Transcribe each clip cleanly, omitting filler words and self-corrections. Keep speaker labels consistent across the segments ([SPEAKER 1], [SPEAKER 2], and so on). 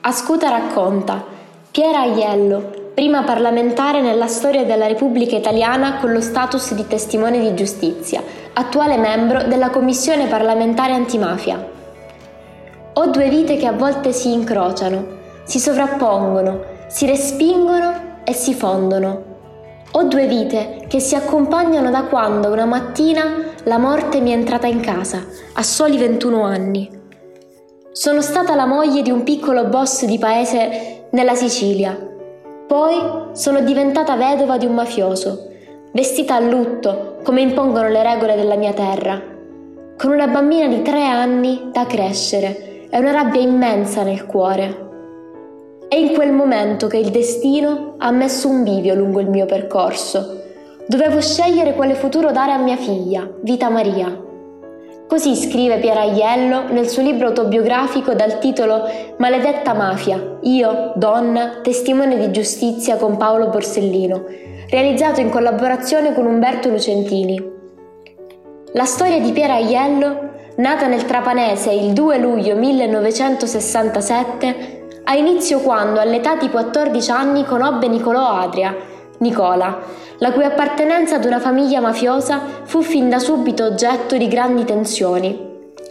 [SPEAKER 1] Ascuta racconta: Piera Aiello, prima parlamentare nella storia della Repubblica Italiana con lo status di testimone di giustizia, attuale membro della Commissione parlamentare antimafia. Ho due vite che a volte si incrociano, si sovrappongono, si respingono e si fondono. Ho due vite che si accompagnano da quando una mattina la morte mi è entrata in casa, a soli 21 anni. Sono stata la moglie di un piccolo boss di paese nella Sicilia. Poi sono diventata vedova di un mafioso, vestita a lutto, come impongono le regole della mia terra, con una bambina di 3 anni da crescere e una rabbia immensa nel cuore. È in quel momento che il destino ha messo un bivio lungo il mio percorso. Dovevo scegliere quale futuro dare a mia figlia, Vita Maria. Così scrive Piera Aiello nel suo libro autobiografico dal titolo Maledetta mafia, io, donna, testimone di giustizia con Paolo Borsellino, realizzato in collaborazione con Umberto Lucentini. La storia di Piera Aiello, nata nel Trapanese il 2 luglio 1967, ha inizio quando, all'età di 14 anni, conobbe Nicola, la cui appartenenza ad una famiglia mafiosa fu fin da subito oggetto di grandi tensioni.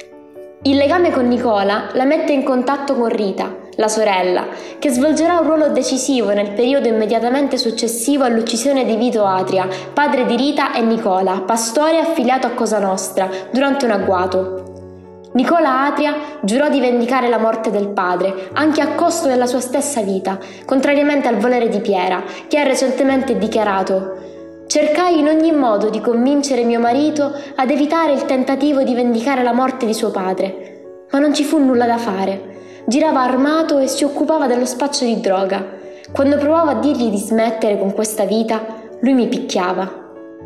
[SPEAKER 1] Il legame con Nicola la mette in contatto con Rita, la sorella, che svolgerà un ruolo decisivo nel periodo immediatamente successivo all'uccisione di Vito Atria, padre di Rita e Nicola, pastore affiliato a Cosa Nostra, durante un agguato. Nicola Atria giurò di vendicare la morte del padre, anche a costo della sua stessa vita, contrariamente al volere di Piera, che ha recentemente dichiarato: «Cercai in ogni modo di convincere mio marito ad evitare il tentativo di vendicare la morte di suo padre, ma non ci fu nulla da fare. Girava armato e si occupava dello spaccio di droga. Quando provavo a dirgli di smettere con questa vita, lui mi picchiava».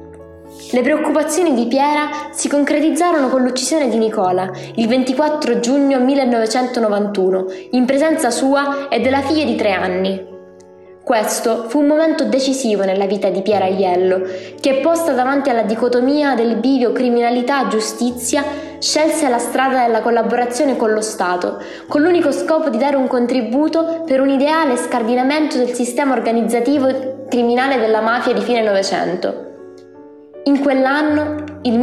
[SPEAKER 1] Le preoccupazioni di Piera si concretizzarono con l'uccisione di Nicola il 24 giugno 1991, in presenza sua e della figlia di 3 anni. Questo fu un momento decisivo nella vita di Piera Aiello, che, posta davanti alla dicotomia del bivio criminalità-giustizia, scelse la strada della collaborazione con lo Stato, con l'unico scopo di dare un contributo per un ideale scardinamento del sistema organizzativo criminale della mafia di fine Novecento. In quell'anno, il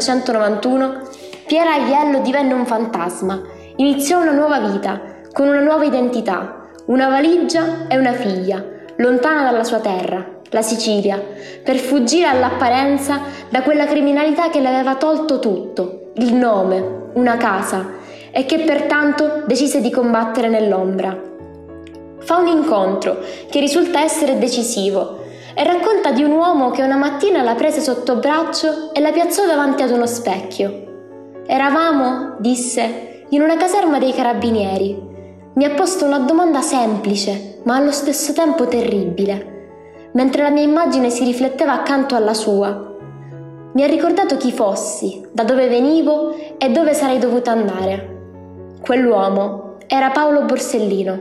[SPEAKER 1] 1991, Piera Aiello divenne un fantasma, iniziò una nuova vita, con una nuova identità, una valigia e una figlia, lontana dalla sua terra, la Sicilia, per fuggire all'apparenza da quella criminalità che le aveva tolto tutto, il nome, una casa, e che pertanto decise di combattere nell'ombra. Fa un incontro che risulta essere decisivo, e racconta di un uomo che una mattina la prese sotto braccio e la piazzò davanti ad uno specchio. «Eravamo», disse, «in una caserma dei carabinieri. Mi ha posto una domanda semplice, ma allo stesso tempo terribile, mentre la mia immagine si rifletteva accanto alla sua. Mi ha ricordato chi fossi, da dove venivo e dove sarei dovuta andare. Quell'uomo era Paolo Borsellino.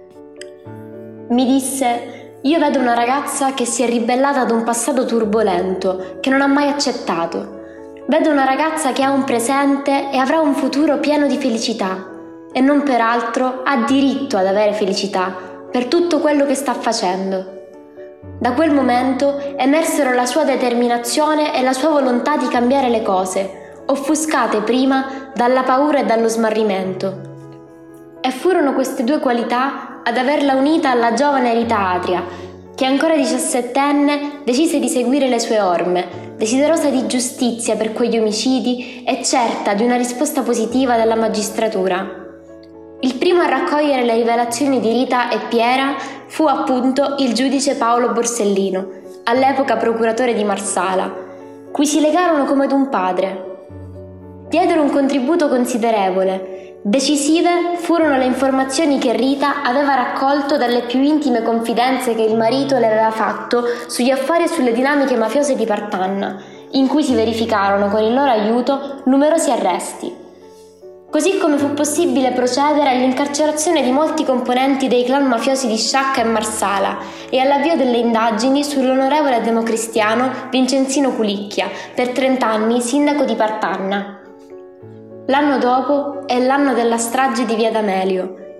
[SPEAKER 1] Mi disse: io vedo una ragazza che si è ribellata ad un passato turbolento, che non ha mai accettato. Vedo una ragazza che ha un presente e avrà un futuro pieno di felicità, e non per altro ha diritto ad avere felicità per tutto quello che sta facendo». Da quel momento emersero la sua determinazione e la sua volontà di cambiare le cose, offuscate prima dalla paura e dallo smarrimento. E furono queste due qualità ad averla unita alla giovane Rita Atria, che ancora 17enne decise di seguire le sue orme, desiderosa di giustizia per quegli omicidi e certa di una risposta positiva dalla magistratura. Il primo a raccogliere le rivelazioni di Rita e Piera fu appunto il giudice Paolo Borsellino, all'epoca procuratore di Marsala, cui si legarono come ad un padre. Diedero un contributo considerevole. Decisive furono le informazioni che Rita aveva raccolto dalle più intime confidenze che il marito le aveva fatto sugli affari e sulle dinamiche mafiose di Partanna, in cui si verificarono con il loro aiuto numerosi arresti. Così come fu possibile procedere all'incarcerazione di molti componenti dei clan mafiosi di Sciacca e Marsala e all'avvio delle indagini sull'onorevole democristiano Vincenzino Culicchia, per 30 anni sindaco di Partanna. L'anno dopo è l'anno della strage di Via D'Amelio,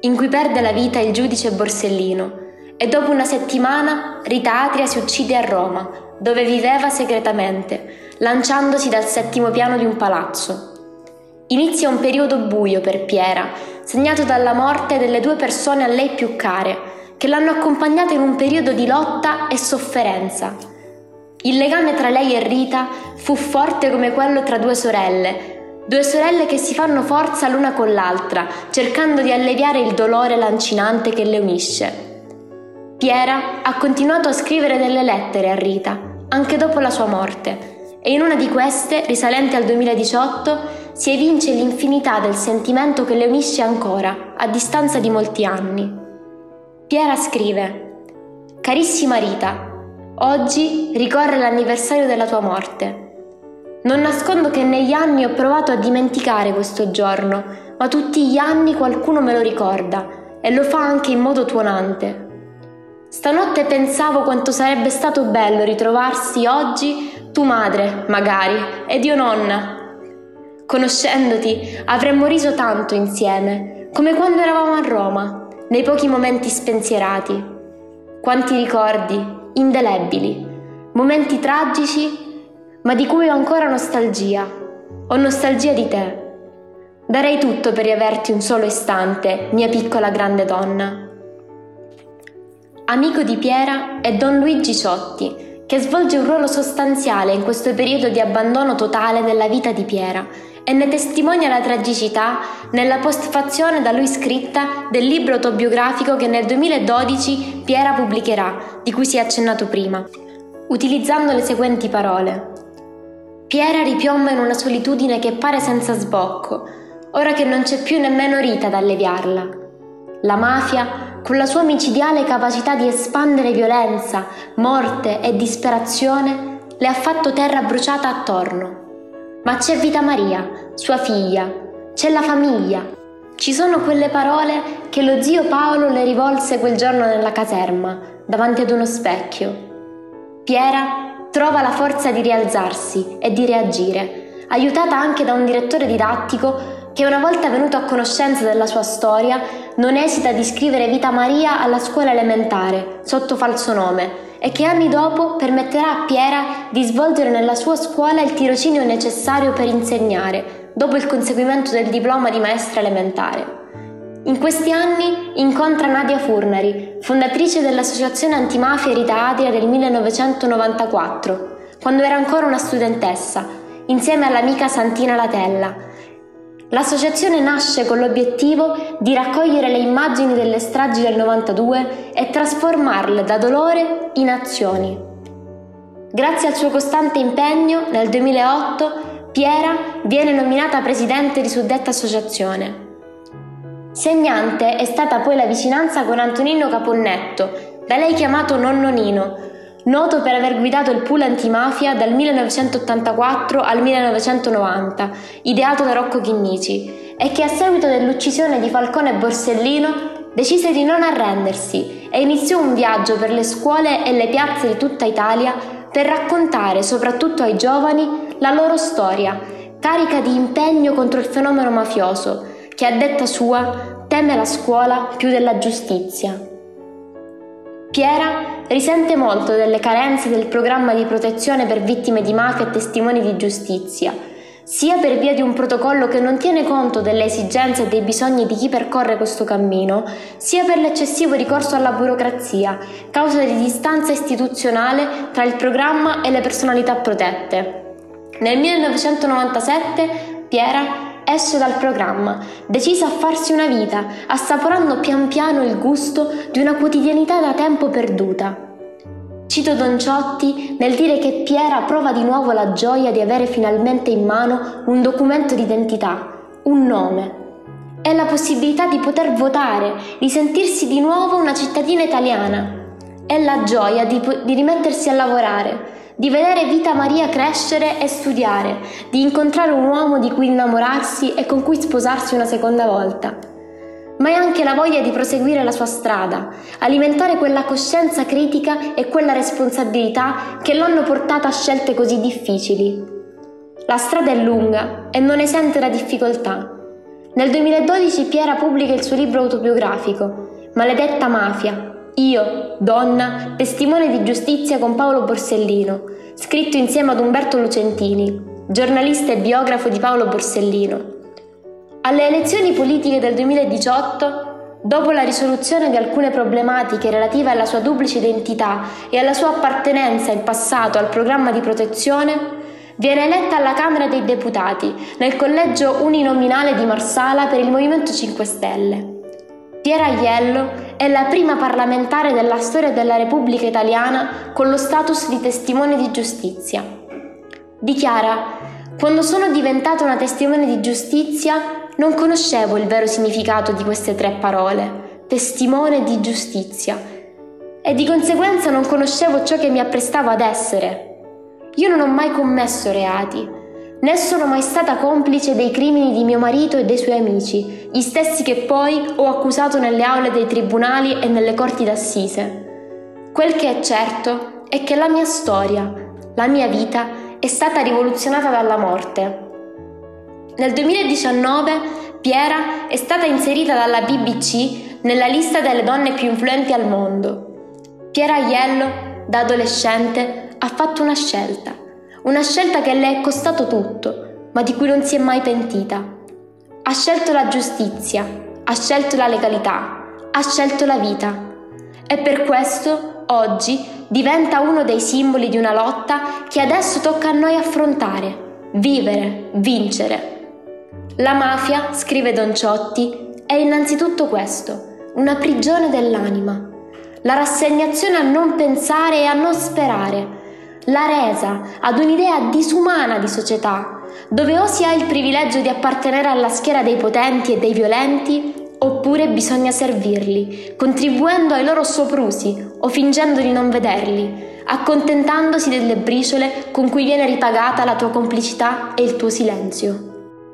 [SPEAKER 1] in cui perde la vita il giudice Borsellino e dopo una settimana Rita Atria si uccide a Roma, dove viveva segretamente, lanciandosi dal 7° piano di un palazzo. Inizia un periodo buio per Piera, segnato dalla morte delle 2 persone a lei più care, che l'hanno accompagnata in un periodo di lotta e sofferenza. Il legame tra lei e Rita fu forte come quello tra 2 sorelle che si fanno forza l'una con l'altra, cercando di alleviare il dolore lancinante che le unisce. Piera ha continuato a scrivere delle lettere a Rita, anche dopo la sua morte, e in una di queste, risalente al 2018, si evince l'infinità del sentimento che le unisce ancora, a distanza di molti anni. Piera scrive: «Carissima Rita, oggi ricorre l'anniversario della tua morte. Non nascondo che negli anni ho provato a dimenticare questo giorno, ma tutti gli anni qualcuno me lo ricorda e lo fa anche in modo tuonante. Stanotte pensavo quanto sarebbe stato bello ritrovarsi oggi, tu madre, magari, ed io nonna. Conoscendoti avremmo riso tanto insieme, come quando eravamo a Roma, nei pochi momenti spensierati. Quanti ricordi, indelebili, momenti tragici, ma di cui ho ancora nostalgia. Ho nostalgia di te. Darei tutto per riaverti un solo istante, mia piccola grande donna». Amico di Piera è Don Luigi Ciotti, che svolge un ruolo sostanziale in questo periodo di abbandono totale della vita di Piera e ne testimonia la tragicità nella postfazione da lui scritta del libro autobiografico che nel 2012 Piera pubblicherà, di cui si è accennato prima, utilizzando le seguenti parole: «Piera ripiomba in una solitudine che pare senza sbocco, ora che non c'è più nemmeno Rita ad alleviarla. La mafia, con la sua micidiale capacità di espandere violenza, morte e disperazione, le ha fatto terra bruciata attorno. Ma c'è Vita Maria, sua figlia, c'è la famiglia. Ci sono quelle parole che lo zio Paolo le rivolse quel giorno nella caserma, davanti ad uno specchio. Piera trova la forza di rialzarsi e di reagire, aiutata anche da un direttore didattico che, una volta venuto a conoscenza della sua storia, non esita di scrivere Vita Maria alla scuola elementare, sotto falso nome, e che anni dopo permetterà a Piera di svolgere nella sua scuola il tirocinio necessario per insegnare, dopo il conseguimento del diploma di maestra elementare. In questi anni incontra Nadia Furnari, fondatrice dell'Associazione Antimafia Rita Atria del 1994, quando era ancora una studentessa, insieme all'amica Santina Latella. L'associazione nasce con l'obiettivo di raccogliere le immagini delle stragi del 92 e trasformarle da dolore in azioni. Grazie al suo costante impegno, nel 2008 Piera viene nominata presidente di suddetta associazione. Segnante è stata poi la vicinanza con Antonino Caponnetto, da lei chiamato Nonno Nino, noto per aver guidato il pool antimafia dal 1984 al 1990, ideato da Rocco Chinnici, e che a seguito dell'uccisione di Falcone e Borsellino decise di non arrendersi e iniziò un viaggio per le scuole e le piazze di tutta Italia per raccontare soprattutto ai giovani la loro storia, carica di impegno contro il fenomeno mafioso, che a detta sua teme la scuola più della giustizia. Piera risente molto delle carenze del programma di protezione per vittime di mafia e testimoni di giustizia, sia per via di un protocollo che non tiene conto delle esigenze e dei bisogni di chi percorre questo cammino, sia per l'eccessivo ricorso alla burocrazia, causa di distanza istituzionale tra il programma e le personalità protette. Nel 1997 Piera esce dal programma, decisa a farsi una vita, assaporando pian piano il gusto di una quotidianità da tempo perduta. Cito Don Ciotti nel dire che Piera prova di nuovo la gioia di avere finalmente in mano un documento d'identità, un nome. È la possibilità di poter votare, di sentirsi di nuovo una cittadina italiana. È la gioia di rimettersi a lavorare, di vedere Vita Maria crescere e studiare, di incontrare un uomo di cui innamorarsi e con cui sposarsi una seconda volta. Ma è anche la voglia di proseguire la sua strada, alimentare quella coscienza critica e quella responsabilità che l'hanno portata a scelte così difficili. La strada è lunga e non esente da difficoltà. Nel 2012 Piera pubblica il suo libro autobiografico, Maledetta mafia, io, donna, testimone di giustizia con Paolo Borsellino, scritto insieme ad Umberto Lucentini, giornalista e biografo di Paolo Borsellino. Alle elezioni politiche del 2018, dopo la risoluzione di alcune problematiche relative alla sua duplice identità e alla sua appartenenza in passato al programma di protezione, viene eletta alla Camera dei Deputati nel collegio uninominale di Marsala per il Movimento 5 Stelle. Piera Aiello è la prima parlamentare della storia della Repubblica Italiana con lo status di testimone di giustizia. Dichiara: quando sono diventata una testimone di giustizia non conoscevo il vero significato di queste 3 parole, testimone di giustizia, e di conseguenza non conoscevo ciò che mi apprestavo ad essere. Io non ho mai commesso reati, né sono mai stata complice dei crimini di mio marito e dei suoi amici, gli stessi che poi ho accusato nelle aule dei tribunali e nelle corti d'assise. Quel che è certo è che la mia storia, la mia vita, è stata rivoluzionata dalla morte. Nel 2019 Piera è stata inserita dalla BBC nella lista delle donne più influenti al mondo. Piera Aiello, da adolescente, ha fatto una scelta che le è costato tutto, ma di cui non si è mai pentita. Ha scelto la giustizia, ha scelto la legalità, ha scelto la vita. E per questo, oggi, diventa uno dei simboli di una lotta che adesso tocca a noi affrontare, vivere, vincere. La mafia, scrive Don Ciotti, è innanzitutto questo, una prigione dell'anima, la rassegnazione a non pensare e a non sperare, la resa ad un'idea disumana di società, dove o si ha il privilegio di appartenere alla schiera dei potenti e dei violenti, oppure bisogna servirli, contribuendo ai loro soprusi o fingendo di non vederli, accontentandosi delle briciole con cui viene ripagata la tua complicità e il tuo silenzio.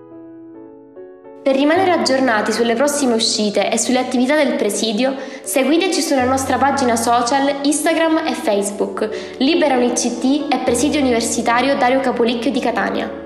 [SPEAKER 1] Per rimanere aggiornati sulle prossime uscite e sulle attività del presidio, seguiteci sulla nostra pagina social Instagram e Facebook, Libera UniCT e Presidio Universitario Dario Capolicchio di Catania.